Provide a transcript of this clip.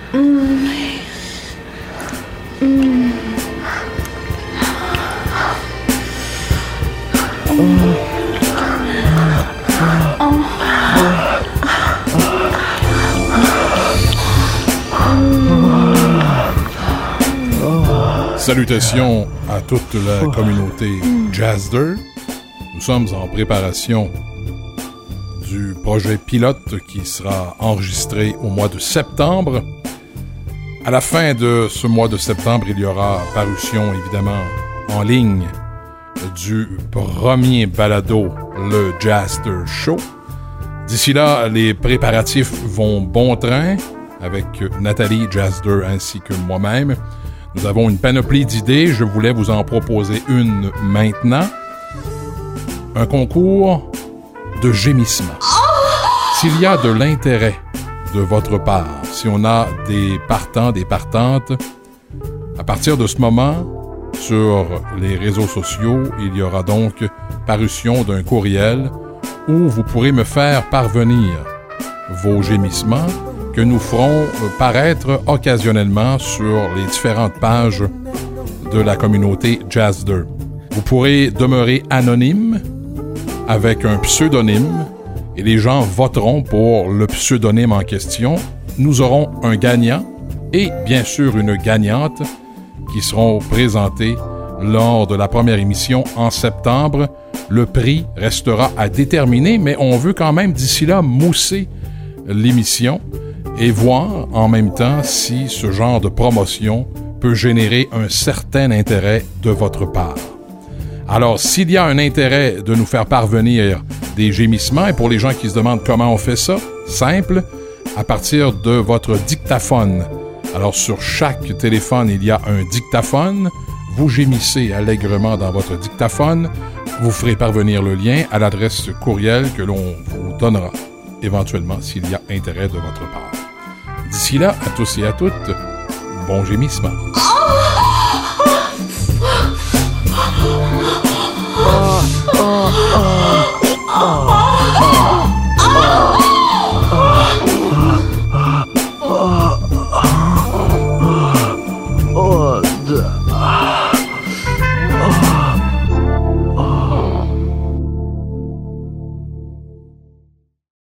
Salutations à toute la communauté Jazder. Nous sommes en préparation du projet pilote qui sera enregistré au mois de septembre. À la fin de ce mois de septembre, il y aura parution évidemment en ligne du premier balado, le Jazder Show. D'ici là, les préparatifs vont bon train avec Nathalie Jazder ainsi que moi-même. Nous avons une panoplie d'idées, je voulais vous en proposer une maintenant. Un concours de gémissement. S'il y a de l'intérêt de votre part, si on a des partants, des partantes, à partir de ce moment, sur les réseaux sociaux, il y aura donc parution d'un courriel où vous pourrez me faire parvenir vos gémissements que nous ferons paraître occasionnellement sur les différentes pages de la communauté Jazder. Vous pourrez demeurer anonyme avec un pseudonyme et les gens voteront pour le pseudonyme en question. Nous aurons un gagnant et bien sûr une gagnante qui seront présentés lors de la première émission en septembre. Le prix restera à déterminer, mais on veut quand même d'ici là mousser l'émission et voir en même temps si ce genre de promotion peut générer un certain intérêt de votre part. Alors, s'il y a un intérêt de nous faire parvenir des gémissements, et pour les gens qui se demandent comment on fait ça, simple, à partir de votre dictaphone. Alors, sur chaque téléphone, il y a un dictaphone. Vous gémissez allègrement dans votre dictaphone. Vous ferez parvenir le lien à l'adresse courriel que l'on vous donnera, éventuellement, s'il y a intérêt de votre part. D'ici là, à tous et à toutes, bon gémissement.